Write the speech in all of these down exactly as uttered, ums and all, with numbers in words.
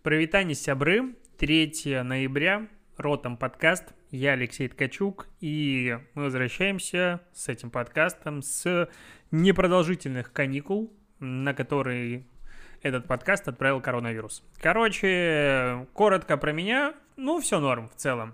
Привитание, сябры, третьего ноября, Ротом подкаст, я Алексей Ткачук, и мы возвращаемся с этим подкастом с непродолжительных каникул, на которые этот подкаст отправил коронавирус. Короче, коротко про меня, ну, все норм в целом.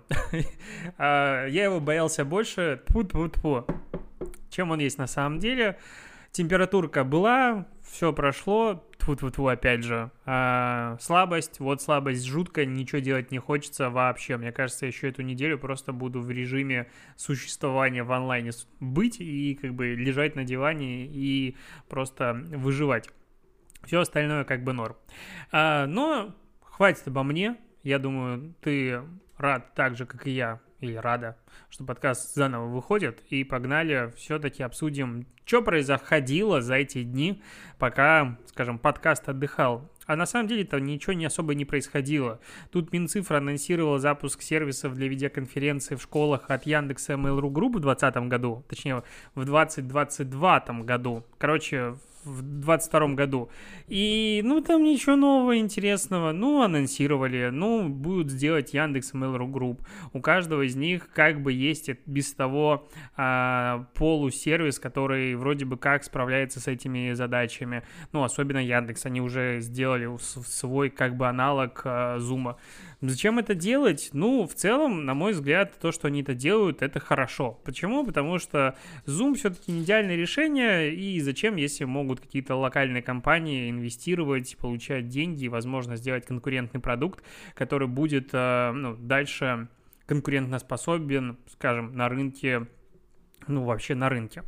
Я его боялся больше, тьфу-тьфу-тьфу, чем он есть на самом деле. Температурка была, все прошло, тьфу-тьфу-тьфу, опять же. А, слабость, вот слабость жуткая, ничего делать не хочется вообще. Мне кажется, еще эту неделю просто буду в режиме существования в онлайне быть и как бы лежать на диване и просто выживать. Все остальное как бы норм. А, но хватит обо мне. Я думаю, ты рад так же, как и я, или рада, что подкаст заново выходит, и погнали все-таки обсудим, что происходило за эти дни, пока, скажем, подкаст отдыхал. А на самом деле-то ничего не особо не происходило. Тут Минцифра анонсировала запуск сервисов для видеоконференций в школах от Яндекса и Mail.ru Group в двадцатом году, точнее, в двадцать двадцать два году. Короче, в двадцать втором году. И, ну, там ничего нового, интересного. Ну, анонсировали. Ну, будут сделать Яндекс и Mail.ru Group. У каждого из них как бы есть без того а, полусервис, который вроде бы как справляется с этими задачами. Ну, особенно Яндекс. Они уже сделали свой как бы аналог а, Zoom. Зачем это делать? Ну, в целом, на мой взгляд, то, что они это делают, это хорошо. Почему? Потому что Zoom все-таки не идеальное решение, и зачем, если могут какие-то локальные компании инвестировать, получать деньги и, возможно, сделать конкурентный продукт, который будет ну, дальше конкурентоспособен, скажем, на рынке, ну, вообще на рынке.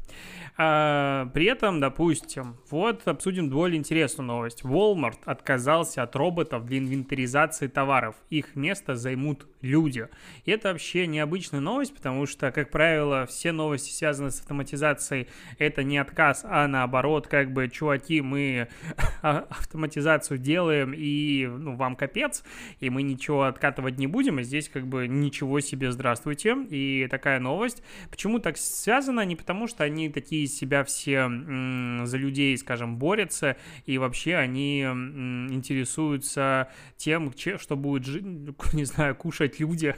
А, при этом, допустим, вот обсудим довольно интересную новость. Walmart отказался от роботов для инвентаризации товаров. Их место займут люди. И это вообще необычная новость, потому что, как правило, все новости, связанные с автоматизацией, это не отказ, а наоборот, как бы, чуваки, мы автоматизацию делаем, и ну, вам капец, и мы ничего откатывать не будем, и здесь как бы ничего себе, здравствуйте. И такая новость. Почему так связано? Не потому, что они такие из себя все м, за людей, скажем, борются, и вообще они м, интересуются тем, че, что будет, не знаю, кушать люди,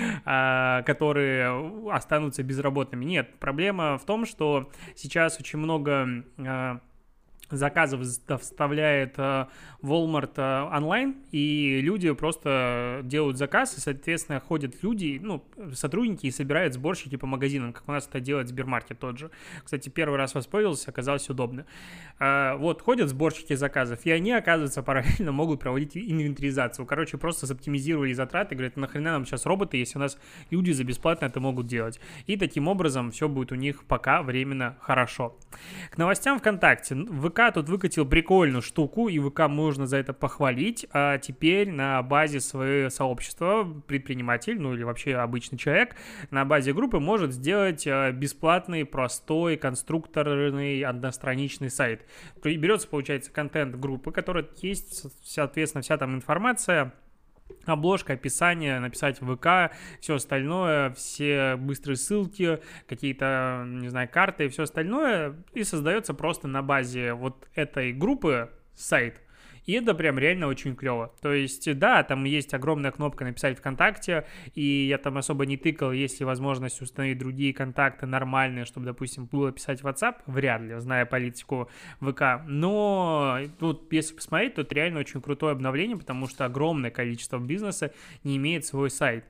а, которые останутся безработными. Нет, проблема в том, что сейчас очень много а, заказов вставляет Walmart онлайн, и люди просто делают заказ, и, соответственно, ходят люди, ну, сотрудники и собирают сборщики по магазинам, как у нас это делает Сбермаркет тот же. Кстати, первый раз воспользовался, оказалось удобно. Вот, ходят сборщики заказов, и они, оказывается, параллельно могут проводить инвентаризацию. Короче, просто соптимизировали затраты, говорят, нахрена нам сейчас роботы, если у нас люди за бесплатно это могут делать. И таким образом все будет у них пока временно хорошо. К новостям ВКонтакте. ВК тут выкатил прикольную штуку, и ВК можно за это похвалить. А теперь на базе своего сообщества предприниматель, ну или вообще обычный человек, на базе группы может сделать бесплатный, простой, конструкторный, одностраничный сайт. Берется, получается, контент группы, который есть, соответственно, вся там информация, обложка, описание, написать в ВК, все остальное, все быстрые ссылки, какие-то, не знаю, карты и все остальное, и создается просто на базе вот этой группы сайт. И это прям реально очень клево. То есть, да, там есть огромная кнопка «Написать ВКонтакте», и я там особо не тыкал, есть ли возможность установить другие контакты нормальные, чтобы, допустим, было писать в WhatsApp, вряд ли, зная политику ВК. Но тут, если посмотреть, то это реально очень крутое обновление, потому что огромное количество бизнеса не имеет свой сайт.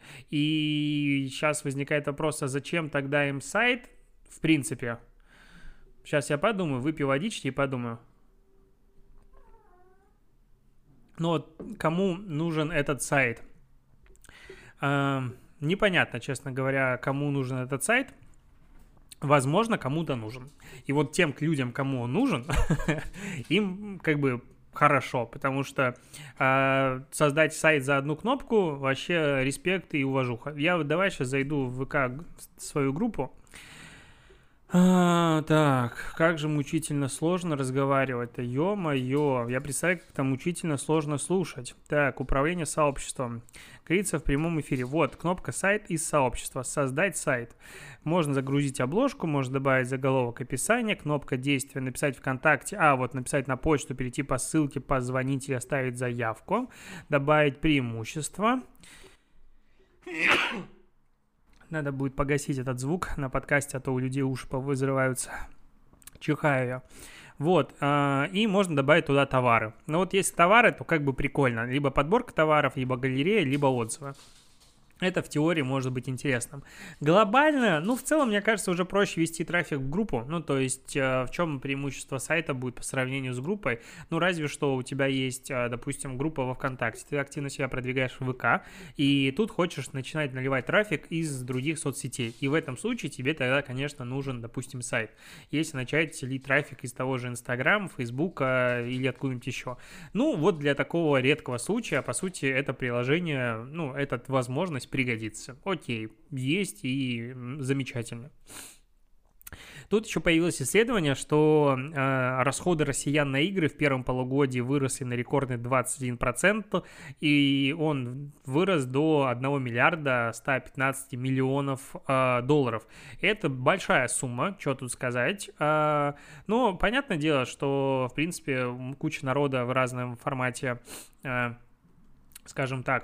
И сейчас возникает вопрос, а зачем тогда им сайт, в принципе? Сейчас я подумаю, выпью водички и подумаю. Но вот кому нужен этот сайт? Э, непонятно, честно говоря, кому нужен этот сайт. Возможно, кому-то нужен. И вот тем людям, кому он нужен, им как бы хорошо, потому что э, создать сайт за одну кнопку вообще респект и уважуха. Я вот давай сейчас зайду в ВК, в свою группу. А, так, как же мучительно сложно разговаривать-то, ё-моё, я представляю, как там мучительно сложно слушать. Так, управление сообществом. Говорится в прямом эфире. Вот, кнопка «Сайт» из сообщества. Создать сайт. Можно загрузить обложку, можно добавить заголовок, описание, кнопка действия, написать ВКонтакте, а вот написать на почту, перейти по ссылке, позвонить или оставить заявку, добавить преимущества. Надо будет погасить этот звук на подкасте, а то у людей уши повызрываются. Чихаю я. Вот, и можно добавить туда товары. Но вот если товары, то как бы прикольно. Либо подборка товаров, либо галерея, либо отзывы. Это в теории может быть интересным. Глобально, ну, в целом, мне кажется, уже проще вести трафик в группу. Ну, то есть, э, в чем преимущество сайта будет по сравнению с группой? Ну, разве что у тебя есть, э, допустим, группа во ВКонтакте. Ты активно себя продвигаешь в ВК, и тут хочешь начинать наливать трафик из других соцсетей. И в этом случае тебе тогда, конечно, нужен, допустим, сайт. Если начать лить трафик из того же Инстаграма, Фейсбука или откуда-нибудь еще. Ну, вот для такого редкого случая, по сути, это приложение, ну, это возможность пригодится. Окей, есть и замечательно. Тут еще появилось исследование, что э, расходы россиян на игры в первом полугодии выросли на рекордный двадцать один процент, и он вырос до одного миллиарда ста пятнадцати миллионов э, долларов. Это большая сумма, что тут сказать. Э, но понятное дело, что, в принципе, куча народа в разном формате, э, скажем так,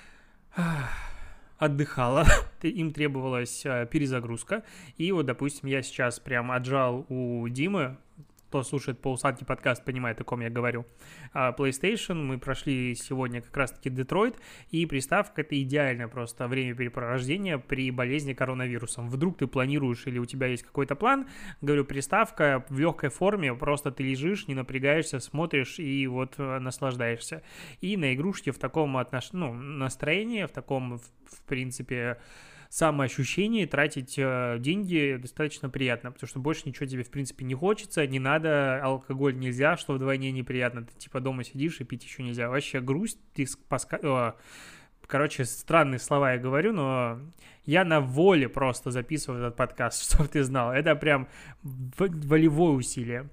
отдыхала, им требовалась перезагрузка. И вот, допустим, я сейчас прям отжал у Димы, кто слушает полусладкий подкаст, понимает, о ком я говорю, PlayStation. Мы прошли сегодня как раз-таки Детройт, и приставка — это идеальное просто времяпрепровождение при болезни коронавирусом. Вдруг ты планируешь или у тебя есть какой-то план, говорю, приставка в легкой форме, просто ты лежишь, не напрягаешься, смотришь и вот наслаждаешься. И на игрушке в таком отнош... ну, настроении, в таком, в принципе, самоощущение, тратить э, деньги достаточно приятно, потому что больше ничего тебе, в принципе, не хочется, не надо, алкоголь нельзя, что вдвойне неприятно, ты типа дома сидишь и пить еще нельзя. Вообще грусть, ты поска... О, короче, странные слова я говорю, но я на воле просто записываю этот подкаст, чтобы ты знал. Это прям волевое усилие.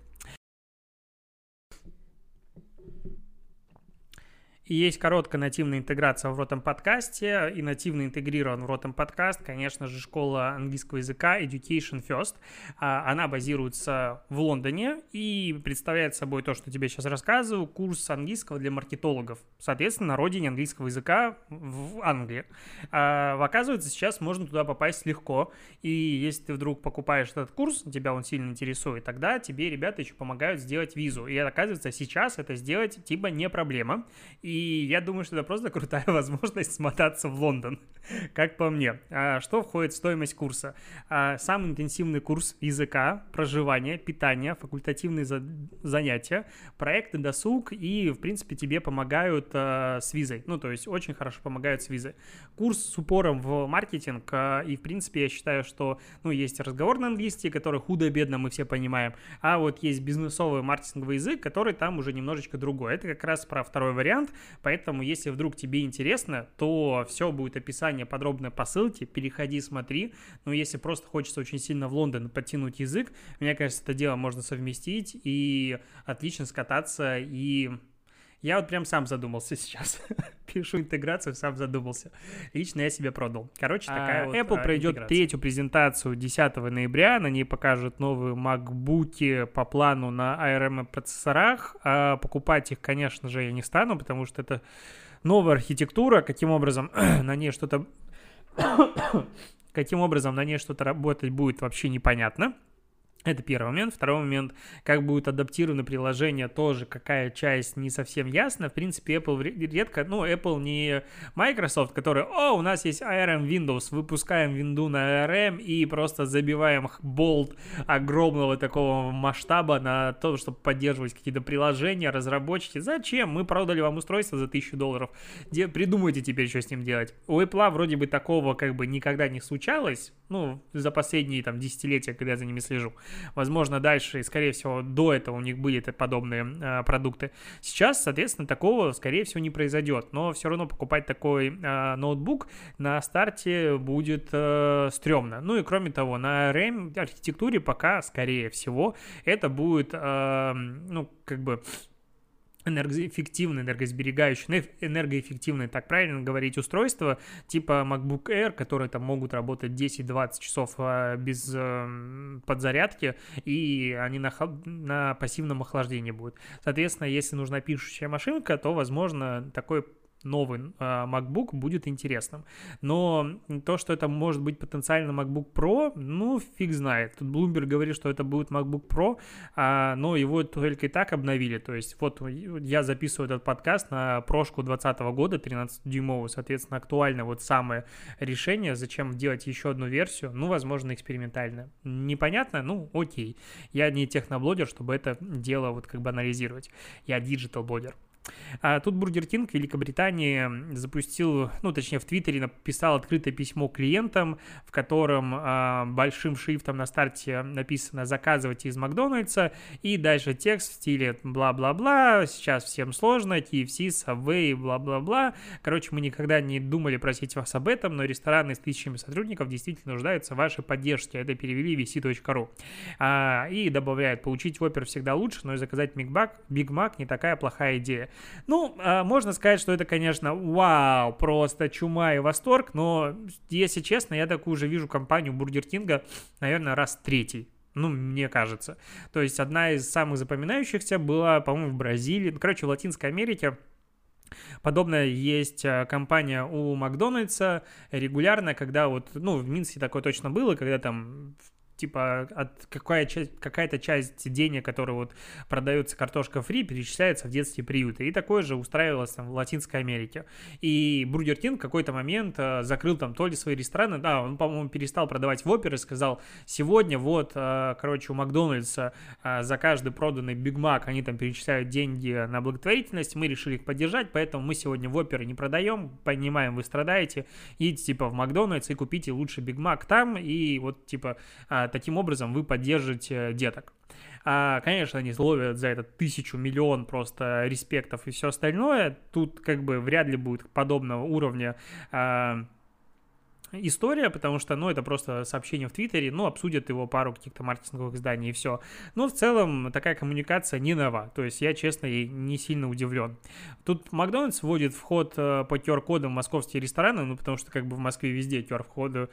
И есть короткая нативная интеграция в ротом подкасте, и нативно интегрирован в ротом подкаст, конечно же, школа английского языка Education First. Она базируется в Лондоне и представляет собой то, что тебе сейчас рассказываю, курс английского для маркетологов, соответственно, на родине английского языка в Англии. Оказывается, сейчас можно туда попасть легко, и если ты вдруг покупаешь этот курс, тебя он сильно интересует, тогда тебе ребята еще помогают сделать визу. И оказывается, сейчас это сделать типа не проблема. И И я думаю, что это просто крутая возможность смотаться в Лондон, как по мне. А что входит в стоимость курса? А самый интенсивный курс языка, проживания, питания, факультативные за- занятия, проекты, досуг, и, в принципе, тебе помогают а, с визой. Ну, то есть очень хорошо помогают с визой. Курс с упором в маркетинг, а, и, в принципе, я считаю, что, ну, есть разговорный английский, который худо-бедно мы все понимаем, а вот есть бизнесовый маркетинговый язык, который там уже немножечко другой. Это как раз про второй вариант. Поэтому, если вдруг тебе интересно, то все будет описание подробное по ссылке, переходи, смотри. Но если просто хочется очень сильно в Лондон подтянуть язык, мне кажется, это дело можно совместить и отлично скататься. И я вот прям сам задумался сейчас. Пишу интеграцию, сам задумался. Лично я себе продал. Короче, такая а, вот Apple а, пройдет интеграция. Третью презентацию десятого ноября. На ней покажут новые MacBook'и по плану на эй ар эм-процессорах. А покупать их, конечно же, я не стану, потому что это новая архитектура. Каким образом на ней что-то... Каким образом на ней что-то работать будет, вообще непонятно. Это первый момент. Второй момент, как будут адаптированы приложения, тоже какая часть не совсем ясна. В принципе, Apple редко, ну, Apple не Microsoft, который, о, у нас есть эй ар эм Windows, выпускаем винду на эй ар эм и просто забиваем болт огромного такого масштаба на то, чтобы поддерживать какие-то приложения, разработчики. Зачем? Мы продали вам устройство за тысячу долларов. Де- придумайте теперь, что с ним делать. У Apple вроде бы такого как бы никогда не случалось, ну, за последние там десятилетия, когда я за ними слежу. возможно, дальше, и, скорее всего, до этого у них были подобные э, продукты. Сейчас, соответственно, такого, скорее всего, не произойдет, но все равно покупать такой э, ноутбук на старте будет э, стрёмно. Ну и, кроме того, на RAM-архитектуре пока, скорее всего, это будет, э, ну, как бы... энергоэффективное, энергосберегающее, энергоэффективное, так правильно говорить, устройство, типа MacBook Air, которые там могут работать десять-двадцать часов без э, подзарядки, и они на, на пассивном охлаждении будут. Соответственно, если нужна пишущая машинка, то, возможно, такой новый э, MacBook будет интересным. Но то, что это может быть потенциально MacBook Pro, ну, фиг знает. Тут Bloomberg говорит, что это будет MacBook Pro, а, но его только и так обновили. То есть вот я записываю этот подкаст на прошку двадцатого года, тринадцатидюймовую, соответственно, актуально вот самое решение. Зачем делать еще одну версию? Ну, возможно, экспериментально. Непонятно? Ну, окей. Я не техноблогер, чтобы это дело вот как бы анализировать. Я диджитал-блогер. А тут Burger King в Великобритании запустил, ну, точнее, в Твиттере написал открытое письмо клиентам, в котором а, большим шрифтом на старте написано «Заказывайте из Макдональдса», и дальше текст в стиле бла-бла-бла, сейчас всем сложно, кей эф си, Subway, бла-бла-бла. Короче, мы никогда не думали просить вас об этом, но рестораны с тысячами сотрудников действительно нуждаются в вашей поддержке. Это перевели ви си точка ру. А, и добавляет, получить Whopper всегда лучше, но и заказать Big Mac, Big Mac не такая плохая идея. Ну, можно сказать, что это, конечно, вау, просто чума и восторг, но, если честно, я такую же вижу компанию Бургер Кинга, наверное, раз третий. Ну, мне кажется. То есть одна из самых запоминающихся была, по-моему, в Бразилии, короче, в Латинской Америке. Подобная есть компания у Макдональдса регулярно, когда вот, ну, в Минске такое точно было, когда там... типа от какая часть, какая-то часть денег, которая вот продается картошка фри, перечисляется в детские приюты. И такое же устраивалось там в Латинской Америке. И Бургер Кинг в какой-то момент а, закрыл там то ли свои рестораны, да, он, по-моему, перестал продавать Whopper и сказал, сегодня вот, а, короче, у Макдональдса а, за каждый проданный Биг Мак они там перечисляют деньги на благотворительность, мы решили их поддержать, поэтому мы сегодня Whopper не продаем, понимаем, вы страдаете, идите типа в Макдональдс и купите лучший Биг Мак там, и вот типа таким образом вы поддержите деток. А, конечно, они ловят за это тысячу, миллион просто респектов и все остальное. Тут как бы вряд ли будет подобного уровня а, история, потому что, ну, это просто сообщение в Твиттере, ну, обсудят его пару каких-то маркетинговых изданий и все. Но в целом такая коммуникация не нова, то есть я, честно, не сильно удивлен. Тут Макдональдс вводит вход по ку ар-кодам в московские рестораны, ну, потому что как бы в Москве везде ку ар-коды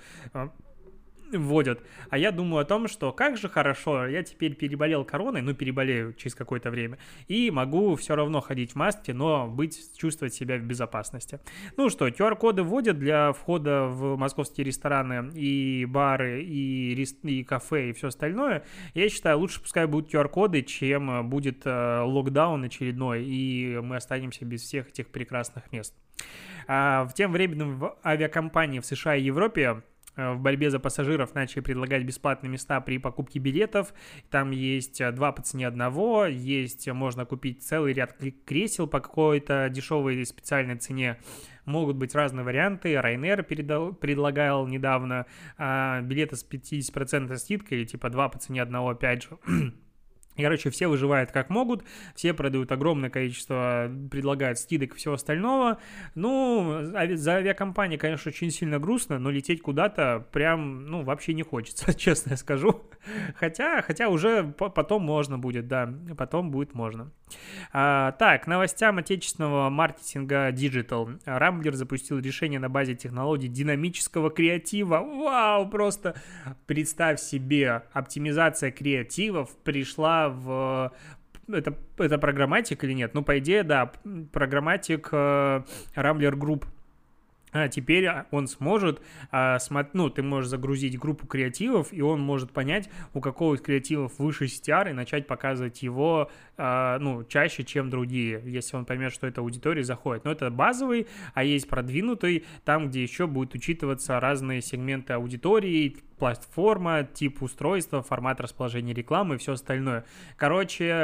вводят. А я думаю о том, что как же хорошо, я теперь переболел короной, ну, переболею через какое-то время, и могу все равно ходить в маске, но быть, чувствовать себя в безопасности. Ну что, ку ар-коды вводят для входа в московские рестораны и бары, и, рес... и кафе, и все остальное. Я считаю, лучше пускай будут ку ар-коды, чем будет э, локдаун очередной, и мы останемся без всех этих прекрасных мест. А, в тем временем в авиакомпании в США и Европе в борьбе за пассажиров начали предлагать бесплатные места при покупке билетов. Там есть два по цене одного, есть, можно купить целый ряд кресел по какой-то дешевой специальной цене. Могут быть разные варианты. Ryanair передал, предлагал недавно а, билеты с пятьдесят процентов скидкой, типа два по цене одного, опять же. Короче, все выживают как могут, все продают огромное количество, предлагают скидок и всего остального. Ну, за авиакомпанией, конечно, очень сильно грустно, но лететь куда-то прям, ну, вообще не хочется, честно я скажу. Хотя, хотя уже потом можно будет, да, потом будет можно. А, так, новостям отечественного маркетинга Digital. Рамблер запустил решение на базе технологий динамического креатива. Вау, просто представь себе, оптимизация креативов пришла в... Это, это программатик или нет? Ну, по идее, да, программатик э, Rambler Group. А теперь он сможет, а, смо... ну, ты можешь загрузить группу креативов, и он может понять, у какого из креативов выше си ти ар, и начать показывать его, а, ну, чаще, чем другие, если он поймет, что эта аудитория заходит. Но это базовый, а есть продвинутый, там, где еще будут учитываться разные сегменты аудитории, платформа, тип устройства, формат расположения рекламы и все остальное. Короче,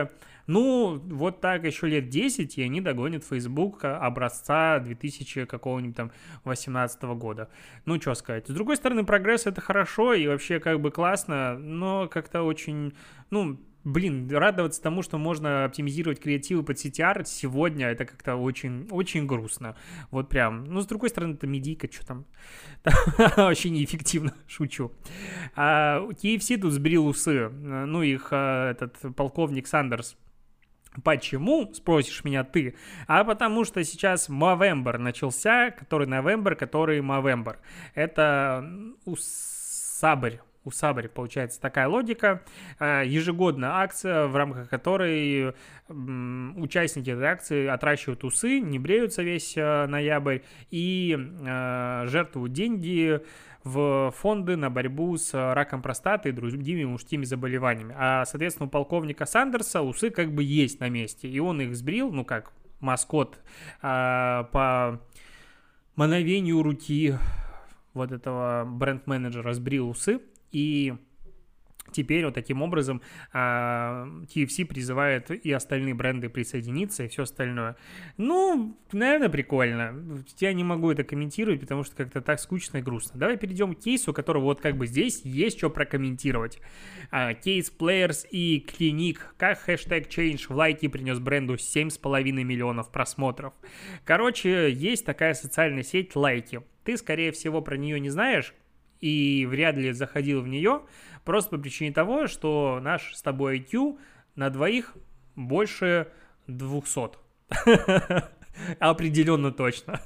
Ну, вот так еще лет десять, и они догонят Facebook образца две тысячи какого-нибудь там восемнадцатого года. Ну, что сказать. С другой стороны, прогресс — это хорошо и вообще как бы классно, но как-то очень, ну... Блин, радоваться тому, что можно оптимизировать креативы под си ти ар сегодня, это как-то очень, очень грустно. Вот прям. Ну, с другой стороны, это медийка, что там. Вообще неэффективно, шучу. А, кей эф си тут сбрил усы. Ну, их а, этот полковник Сандерс. Почему, спросишь меня ты? А потому что сейчас Movember начался, который November, который Movember. Это усабрь. У Сабри получается такая логика. Ежегодная акция, в рамках которой участники этой акции отращивают усы, не бреются весь ноябрь и жертвуют деньги в фонды на борьбу с раком простаты и другими мужскими заболеваниями. А, соответственно, у полковника Сандерса усы как бы есть на месте. И он их сбрил, ну как маскот, по мановению руки вот этого бренд-менеджера сбрил усы. И теперь вот таким образом кей эф си призывает и остальные бренды присоединиться и все остальное. Ну, наверное, прикольно. Я не могу это комментировать, потому что как-то так скучно и грустно. Давай перейдем к кейсу, у которого вот как бы здесь есть что прокомментировать. Кейс Players и Clinique. Как хэштег Change в лайке принес бренду семь с половиной миллионов просмотров. Короче, есть такая социальная сеть лайки. Ты, скорее всего, про нее не знаешь и вряд ли заходил в нее, просто по причине того, что наш с тобой ай кью на двоих больше двухсот. Определенно точно.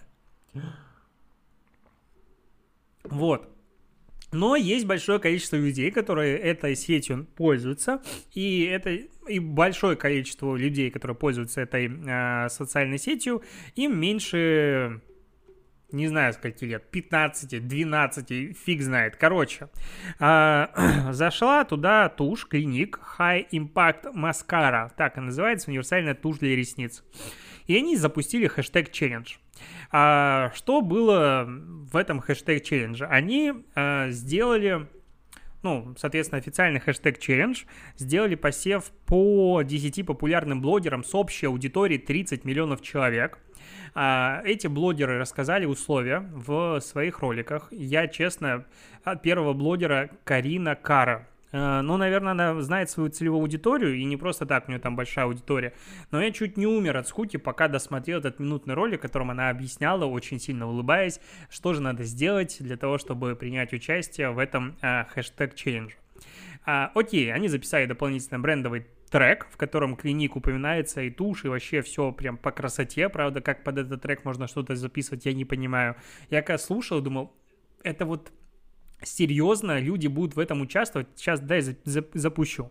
Вот. Но есть большое количество людей, которые этой сетью пользуются, и это и большое количество людей, которые пользуются этой э, социальной сетью, им меньше... Не знаю, скольки лет, пятнадцать, двенадцать, фиг знает. Короче, э, зашла туда тушь Clinique High Impact Mascara, так и называется, универсальная тушь для ресниц. И они запустили хэштег Challenge. А, что было в этом хэштег Challenge? Они а, сделали... Ну, соответственно, официальный хэштег Challenge сделали посев по десяти популярным блогерам с общей аудиторией тридцать миллионов человек. Эти блогеры рассказали условия в своих роликах. Я, честно, от первого блогера Карина Кара. Ну, наверное, она знает свою целевую аудиторию, и не просто так, у нее там большая аудитория. Но я чуть не умер от скуки, пока досмотрел этот минутный ролик, в котором она объясняла, очень сильно улыбаясь, что же надо сделать для того, чтобы принять участие в этом а, хэштег-челлендже. А, окей, они записали дополнительно брендовый трек, в котором Clinique упоминается, и тушь, и вообще все прям по красоте. Правда, как под этот трек можно что-то записывать, я не понимаю. Я когда слушал, думал, это вот... Серьезно, люди будут в этом участвовать? Сейчас дай за- за- запущу.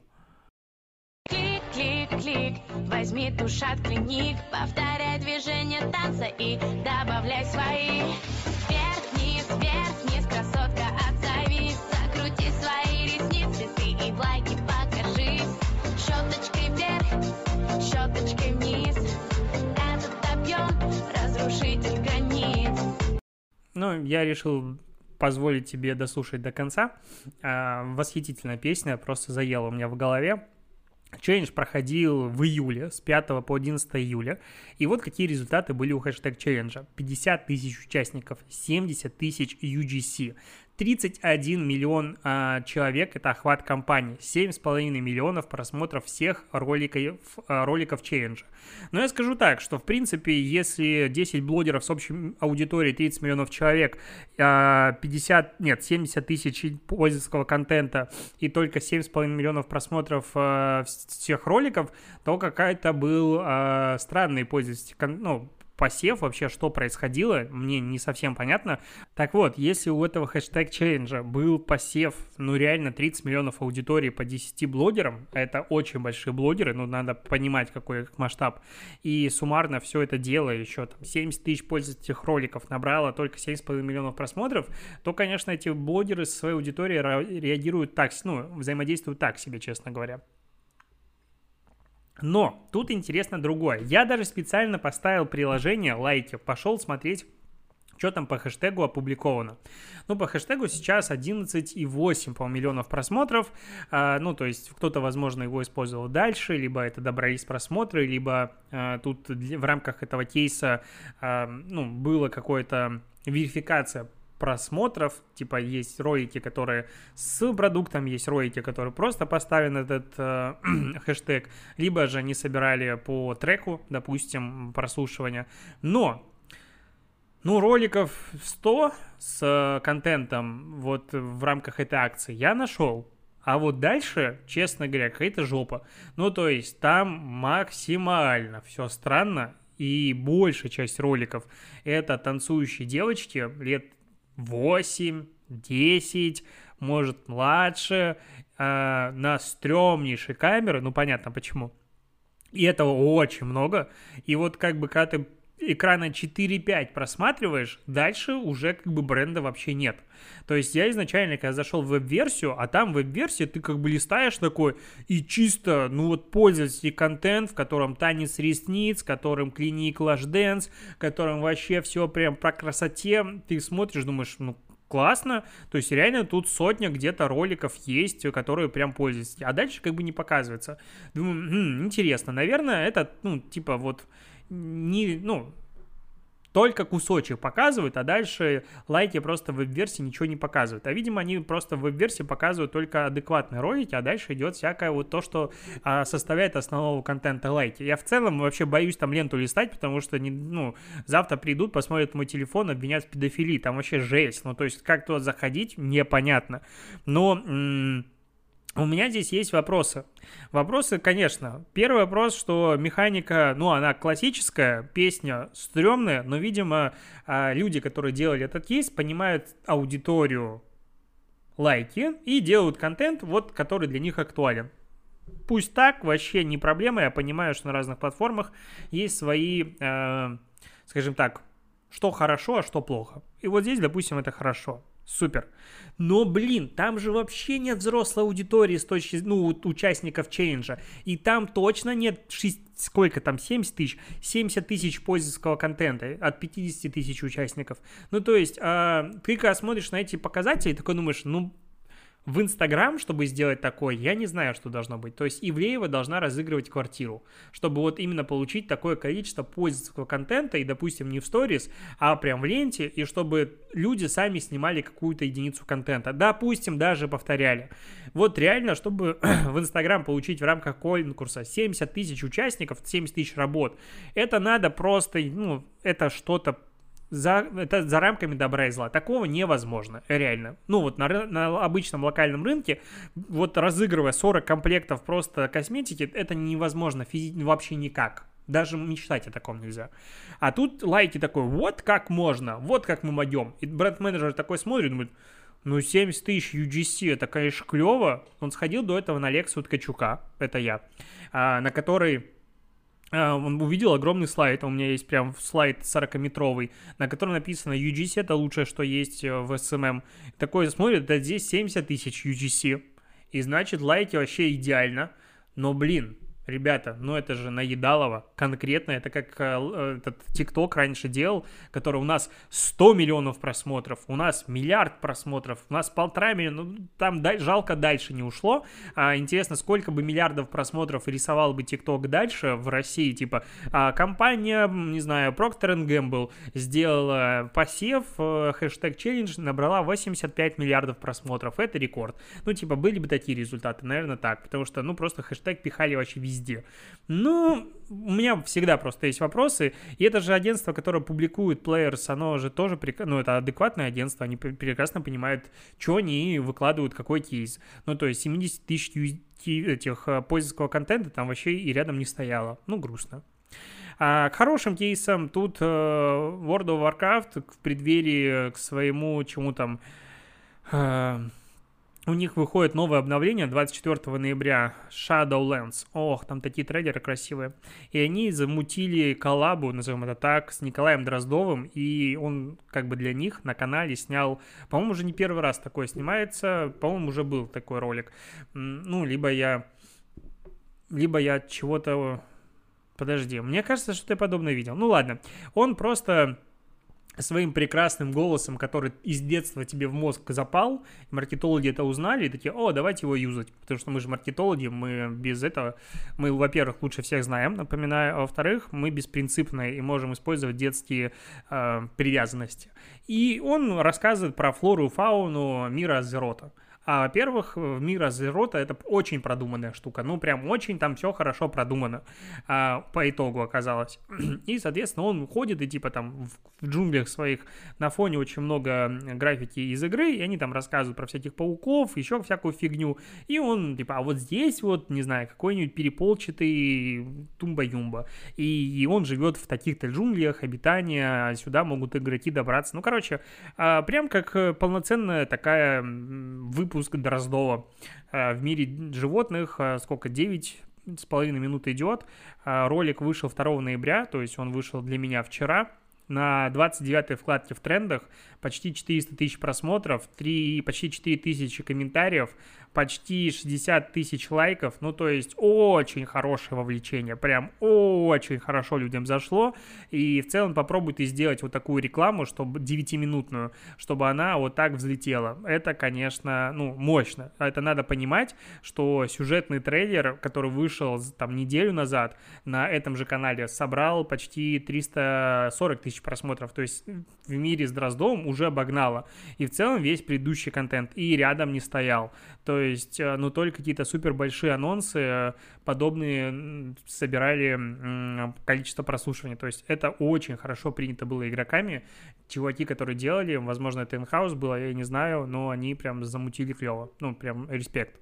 Клик, клик, клик, возьми тушь от Clinique, повторяй движение танца и добавляй свои. Вверх, вниз, вверх, вниз, красотка, отзовись, закрути свои ресницы, ты и в лайке покажись. Щеточкой вверх, щеточкой вниз, этот объем разрушитель границ. Ну, я решил позволить тебе дослушать до конца. Восхитительная песня, просто заела у меня в голове. Челлендж проходил в июле, с пятого по одиннадцатое июля. И вот какие результаты были у хэштег-челленджа. пятьдесят тысяч участников, семьдесят тысяч ю джи си, тридцать один миллион а, человек, это охват компании, семь с половиной миллионов просмотров всех роликов, а, роликов челленджа. Но я скажу так, что в принципе, если десять блогеров с общей аудиторией тридцать миллионов человек, а, пятьдесят, нет, семьдесят тысяч пользовательского контента и только семь с половиной миллионов просмотров а, всех роликов, то какая-то был а, странный пользовательский, ну, посев, вообще, что происходило, мне не совсем понятно. Так вот, если у этого хэштег-челленджа был посев, ну, реально тридцать миллионов аудитории по десяти блогерам, а это очень большие блогеры, ну, надо понимать, какой их масштаб, и суммарно все это дело еще там семьдесят тысяч пользовательских роликов набрало только семь с половиной миллионов просмотров, то, конечно, эти блогеры со своей аудиторией реагируют так, ну, взаимодействуют так себе, честно говоря. Но тут интересно другое. Я даже специально поставил приложение лайки, пошел смотреть Что там по хэштегу опубликовано? Ну, по хэштегу сейчас одиннадцать и восемь, по-моему, миллионов просмотров. А, ну, то есть кто-то, возможно, его использовал дальше, либо это добрались просмотры, либо а, тут в рамках этого кейса а, ну, было какое-то верификация просмотров, типа есть ролики, которые с продуктом, есть ролики, которые просто поставлен этот э, хэштег, либо же они собирали по треку, допустим, прослушивания. Но Ну, роликов сто с контентом вот в рамках этой акции я нашел. А вот дальше, честно говоря, какая-то жопа. Ну, то есть там максимально все странно. И большая часть роликов это танцующие девочки лет восемь, десять, может младше, э, на стрёмнейшей камеры. Ну, понятно почему. И этого очень много. И вот как бы когда ты экрана четыре пять просматриваешь, дальше уже как бы бренда вообще нет. То есть я изначально, когда зашел в веб-версию, а там в веб-версии ты как бы листаешь такой, и чисто, ну вот пользовательский контент, в котором танец ресниц, в котором клиник лаш-дэнс, в котором вообще все прям по красоте, ты смотришь, думаешь, ну, классно, то есть реально тут сотня где-то роликов есть, которые прям пользуются, а дальше как бы не показывается. Думаю, хм, интересно, наверное, это, ну, типа вот, не, ну, только кусочек показывают, а дальше лайки просто в веб-версии ничего не показывают. А, видимо, они просто в веб-версии показывают только адекватные ролики, а дальше идет всякое вот то, что а, составляет основного контента лайки. Я в целом вообще боюсь там ленту листать, потому что, не, ну, завтра придут, посмотрят мой телефон, обвинят в педофилии. Там вообще жесть. Ну, то есть, как туда заходить, непонятно. Но... М- У меня здесь есть вопросы. Вопросы, конечно. Первый вопрос, что механика, ну, она классическая, песня стрёмная, но, видимо, люди, которые делали этот кейс, понимают аудиторию лайки и делают контент, вот, который для них актуален. Пусть так, вообще не проблема. Я понимаю, что на разных платформах есть свои, э, скажем так, что хорошо, а что плохо. И вот здесь, допустим, это хорошо. Супер. Но, блин, там же вообще нет взрослой аудитории с точки, ну, участников челленджа. И там точно нет шесть, сколько там, семьдесят тысяч? семьдесят тысяч пользовательского контента от пятьдесят тысяч участников. Ну, то есть, э, ты когда смотришь на эти показатели, такой думаешь, ну, в Инстаграм, чтобы сделать такое, я не знаю, что должно быть. То есть Ивлеева должна разыгрывать квартиру, чтобы вот именно получить такое количество пользовательского контента, и, допустим, не в сторис, а прям в ленте, и чтобы люди сами снимали какую-то единицу контента. Допустим, даже повторяли. Вот реально, чтобы в Инстаграм получить в рамках конкурса семьдесят тысяч участников, семьдесят тысяч работ, это надо просто, ну, это что-то За, это за рамками добра и зла. Такого невозможно, реально. Ну вот на, на обычном локальном рынке, вот разыгрывая сорок комплектов просто косметики, это невозможно физи- вообще никак. Даже мечтать о таком нельзя. А тут лайки такой, вот как можно, вот как мы могем. И бренд-менеджер такой смотрит, думает, ну семьдесят тысяч ю джи си, это, конечно, клево. Он сходил до этого на лекцию Ткачука, это я, а, на которой... Он увидел огромный слайд, у меня есть прям слайд сорокаметровый, на котором написано ю джи си это лучшее, что есть в эс эм эм. Такой смотрит, да здесь семьдесят тысяч ю джи си, и значит лайки вообще идеально, но блин, ребята, ну это же наедалово, конкретно, это как э, этот ТикТок раньше делал, который у нас сто миллионов просмотров, у нас миллиард просмотров, у нас полтора миллиона, ну, там дай, жалко дальше не ушло. А, интересно, сколько бы миллиардов просмотров рисовал бы ТикТок дальше в России, типа а, компания, не знаю, Procter энд Gamble сделала посев, э, хэштег челлендж, набрала восемьдесят пять миллиардов просмотров, это рекорд. Ну, типа, были бы такие результаты, наверное, так, потому что, ну, просто хэштег пихали вообще везде. Везде. Ну, у меня всегда просто есть вопросы, и это же агентство, которое публикует Players, оно же тоже, ну, это адекватное агентство, они прекрасно понимают, что они выкладывают, какой кейс. Ну, то есть семьдесят тысяч этих пользовательского контента там вообще и рядом не стояло. Ну, грустно. А к хорошим кейсам тут World of Warcraft в преддверии к своему чему там... У них выходит новое обновление двадцать четвёртого ноября, Shadowlands. Ох, там такие трейлеры красивые. И они замутили коллабу, назовем это так, с Николаем Дроздовым. И он как бы для них на канале снял, по-моему, уже не первый раз такое снимается. По-моему, уже был такой ролик. Ну, либо я... Либо я чего-то... Подожди, мне кажется, что ты подобное видел. Ну, ладно. Он просто... своим прекрасным голосом, который из детства тебе в мозг запал, маркетологи это узнали и такие: о, давайте его юзать, потому что мы же маркетологи, мы без этого, мы, во-первых, лучше всех знаем, напоминаю, а во-вторых, мы беспринципные и можем использовать детские э, привязанности. И он рассказывает про флору и фауну мира Азерота. А, во-первых, мир Азерота — это очень продуманная штука. Ну, прям очень там все хорошо продумано а, по итогу оказалось. И, соответственно, он ходит и типа там в, в джунглях своих на фоне очень много граффити из игры, и они там рассказывают про всяких пауков, еще всякую фигню. И он типа, а вот здесь вот, не знаю, какой-нибудь переполчатый тумба-юмба. И, и он живет в таких-то джунглях, обитания, сюда могут игроки добраться. Ну, короче, а, прям как полноценная такая выпуск Дроздова в мире животных. Сколько? девять с половиной минут идет. Ролик вышел второго ноября, то есть он вышел для меня вчера. На двадцать девятой вкладке в трендах почти четыреста тысяч просмотров, три, почти четыре тысячи комментариев, почти шестьдесят тысяч лайков. Ну, то есть очень хорошее вовлечение, прям очень хорошо людям зашло. И в целом попробуйте сделать вот такую рекламу, чтобы девятиминутную, чтобы она вот так взлетела. Это, конечно, ну, мощно. Это надо понимать, что сюжетный трейлер, который вышел там неделю назад на этом же канале, собрал почти триста сорок тысяч просмотров, то есть в мире с Дроздовым уже обогнало. И в целом весь предыдущий контент и рядом не стоял. То есть, ну, только какие-то супер большие анонсы подобные собирали количество прослушиваний. То есть это очень хорошо принято было игроками. Чуваки, которые делали, возможно, это in-house было, я не знаю, но они прям замутили клево. Ну, прям респект.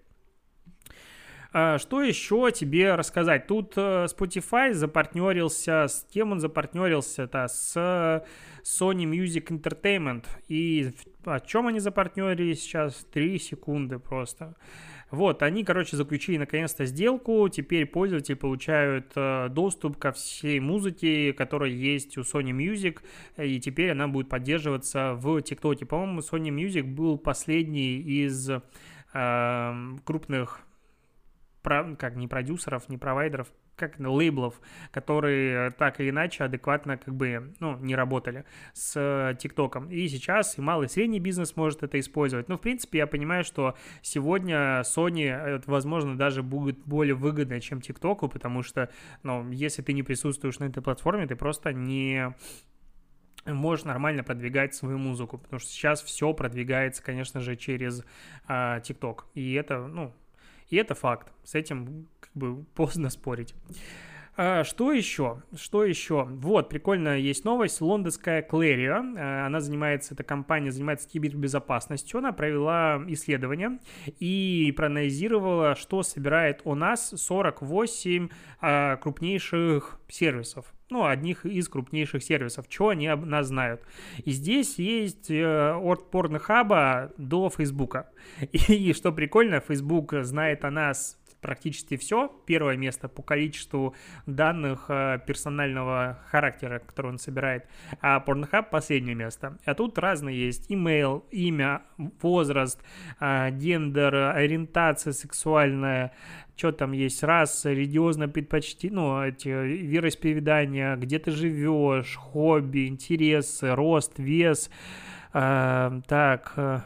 Что еще тебе рассказать? Тут Spotify запартнерился, с кем он запартнерился-то? С Sony Music Entertainment. И о чем они запартнерились сейчас? Три секунды просто. Вот, они, короче, заключили наконец-то сделку. Теперь пользователи получают доступ ко всей музыке, которая есть у Sony Music, и теперь она будет поддерживаться в ТикТоке. По-моему, Sony Music был последний из э, крупных, как не продюсеров, не провайдеров, как лейблов, которые так или иначе адекватно как бы, ну, не работали с ТикТоком. И сейчас и малый и средний бизнес может это использовать. Ну, в принципе, я понимаю, что сегодня Sony, возможно, даже будет более выгодно, чем ТикТоку, потому что, ну, если ты не присутствуешь на этой платформе, ты просто не можешь нормально продвигать свою музыку, потому что сейчас все продвигается, конечно же, через а, ТикТок. И это, ну, И это факт. С этим как бы поздно спорить. А, что еще? Что еще? Вот, прикольно есть новость. Лондонская Clario, она занимается, эта компания занимается кибербезопасностью. Она провела исследование и проанализировала, что собирает у нас сорок восемь а, крупнейших сервисов. Ну, одних из крупнейших сервисов, что они об нас знают. И здесь есть э, от Порнхаба до Фейсбука. И, и что прикольно, Фейсбук знает о нас практически все. Первое место по количеству данных э, персонального характера, который он собирает. А Pornhub последнее место. А тут разные есть. Имейл, имя, возраст, э, гендер, ориентация сексуальная, что там есть, раса, религиозное предпочтение, ну, эти вероисповедания, где ты живешь, хобби, интересы, рост, вес. Э, так... Э,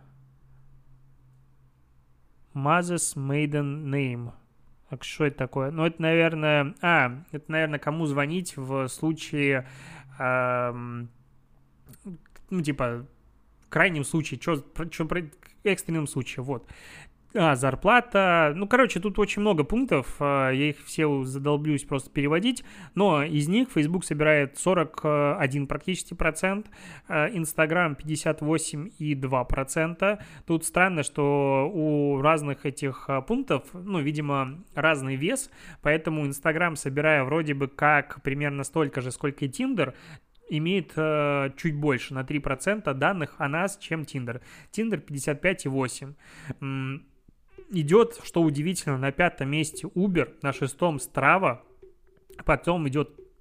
Mother's maiden name. Так, что это такое? Ну, это, наверное... А, это, наверное, кому звонить в случае... Э, ну, типа, в крайнем случае, что, что в экстренном случае, вот. А, зарплата. Ну, короче, тут очень много пунктов. Я их все задолблюсь просто переводить. Но из них Facebook собирает сорок один практически процент, Instagram пятьдесят восемь и два десятых процента. Тут странно, что у разных этих пунктов, ну, видимо, разный вес. Поэтому Instagram, собирая вроде бы как примерно столько же, сколько и Tinder, имеет э, чуть больше, на три процента данных о нас, чем Tinder. Tinder пятьдесят пять и восемь. М- идет, что удивительно, на пятом месте Uber, на шестом Strava, потом идет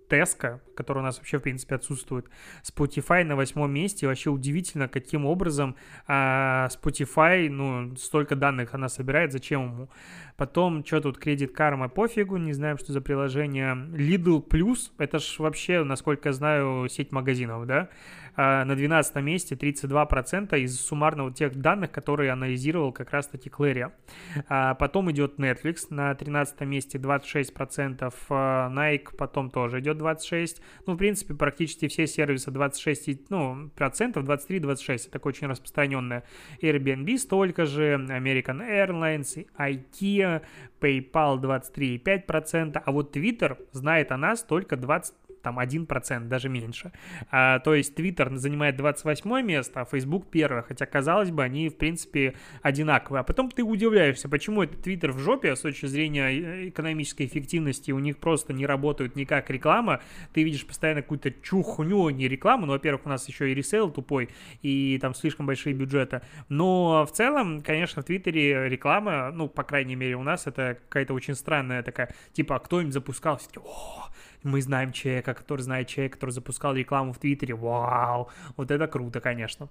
Tesco, который у нас вообще, в принципе, отсутствует. Spotify на восьмом месте. Вообще удивительно, каким образом а, Spotify, ну, столько данных она собирает, зачем ему. Потом, что тут, Credit Karma, пофигу, не знаем, что за приложение. Lidl Plus, это ж вообще, насколько я знаю, сеть магазинов, да? А, на двенадцатом месте тридцать два процента из суммарно вот тех данных, которые анализировал как раз-таки Claria. А, потом идет Netflix на тринадцатом месте двадцать шесть процентов, а, Nike потом тоже идет двадцать шесть процентов. Ну, в принципе, практически все сервисы двадцать шесть ну, процентов, двадцать три - двадцать шесть. Это такое очень распространенное. Airbnb столько же, American Airlines, IKEA, PayPal двадцать три и пять десятых процента. А вот Twitter знает о нас только двадцать там один процент, даже меньше. А, то есть Twitter занимает двадцать восьмое место, а Facebook первое. Хотя, казалось бы, они, в принципе, одинаковые. А потом ты удивляешься, почему этот Twitter в жопе с точки зрения экономической эффективности. У них просто не работает никак реклама. Ты видишь постоянно какую-то чухню, не рекламу. Ну, во-первых, у нас еще и ресейл тупой, и там слишком большие бюджеты. Но в целом, конечно, в Твиттере реклама, ну, по крайней мере, у нас это какая-то очень странная такая, типа, кто-нибудь запускал, все таки, о, мы знаем человека, который знает человека, который запускал рекламу в Твиттере. Вау, вот это круто, конечно.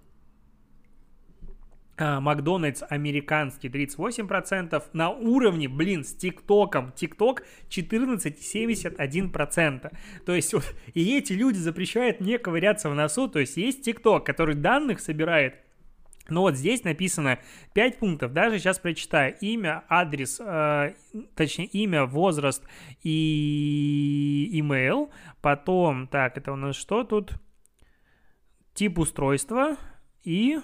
Макдональдс американский тридцать восемь процентов на уровне, блин, с ТикТоком. ТикТок четырнадцать целых семьдесят один процент. То есть вот, и эти люди запрещают мне ковыряться в носу. То есть есть ТикТок, который данных собирает. Но вот здесь написано пять пунктов, даже сейчас прочитаю. Имя, адрес, э, точнее имя, возраст и имейл. Потом, так, это у нас что тут? Тип устройства и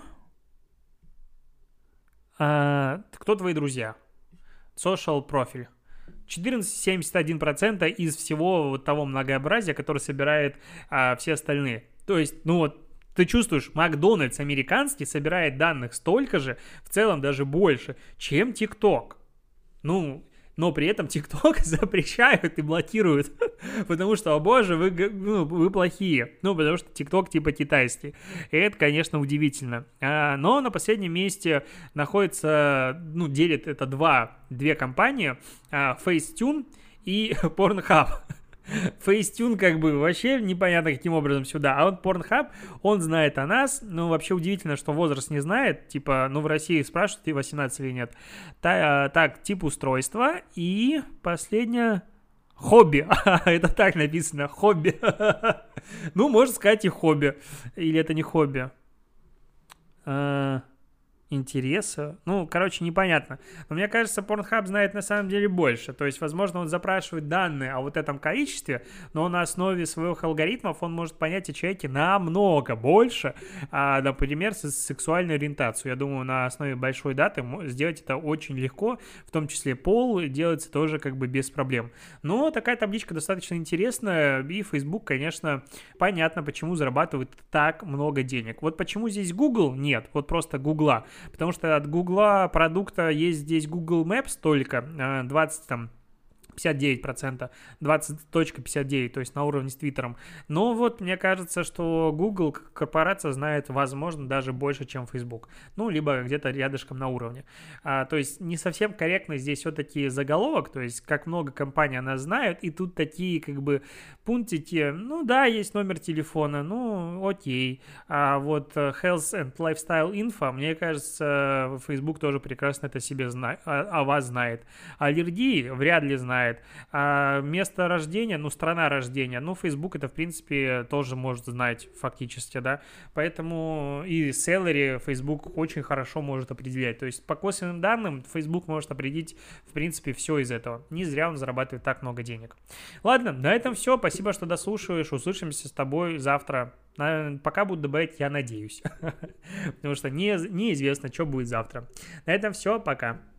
э, кто твои друзья? Social профиль. четырнадцать целых семьдесят один процент из всего вот того многообразия, которое собирает э, все остальные. То есть, ну вот, ты чувствуешь, Макдональдс американский собирает данных столько же, в целом даже больше, чем ТикТок. Ну, но при этом ТикТок запрещают и блокируют, потому что, о боже, вы, ну, вы плохие. Ну, потому что ТикТок типа китайский. И это, конечно, удивительно. А, но на последнем месте находится, ну, делит это два, две компании, а, Facetune и Pornhub. Facetune как бы вообще непонятно каким образом сюда, а вот Pornhub, он знает о нас, ну вообще удивительно, что возраст не знает, типа, ну в России спрашивают, ты восемнадцать или нет. Та, так, тип устройства и последнее, хобби, это так написано, хобби, ну можно сказать и хобби, или это не хобби. Интереса. Ну, короче, непонятно. Но мне кажется, Pornhub знает на самом деле больше. То есть, возможно, он запрашивает данные о вот этом количестве, но на основе своих алгоритмов он может понять о человеке намного больше, а, например, с сексуальной ориентацией. Я думаю, на основе большой даты сделать это очень легко, в том числе пол делается тоже как бы без проблем. Но такая табличка достаточно интересная, и Facebook, конечно, понятно, почему зарабатывает так много денег. Вот почему здесь Google? Нет, вот просто Гугла. Потому что от Гугла продукта есть здесь Google Maps только двадцать там пятьдесят девять процентов, двадцать целых пятьдесят девять процентов, то есть на уровне с Твиттером. Но вот мне кажется, что Google как корпорация знает, возможно, даже больше, чем Facebook. Ну, либо где-то рядышком на уровне. А, то есть не совсем корректно здесь все-таки заголовок, то есть как много компаний она знает, и тут такие как бы пунктики, ну да, есть номер телефона, ну окей. А вот Health and Lifestyle Info, мне кажется, Facebook тоже прекрасно это себе знает, о вас знает. Аллергии вряд ли знает. А место рождения, ну, страна рождения, ну, Facebook это, в принципе, тоже может знать фактически, да, поэтому и salary Facebook очень хорошо может определять, то есть по косвенным данным Facebook может определить, в принципе, все из этого. Не зря он зарабатывает так много денег. Ладно, на этом все, спасибо, что дослушиваешь, услышимся с тобой завтра. Пока буду добавлять, я надеюсь, потому что не, неизвестно, что будет завтра. На этом все, пока.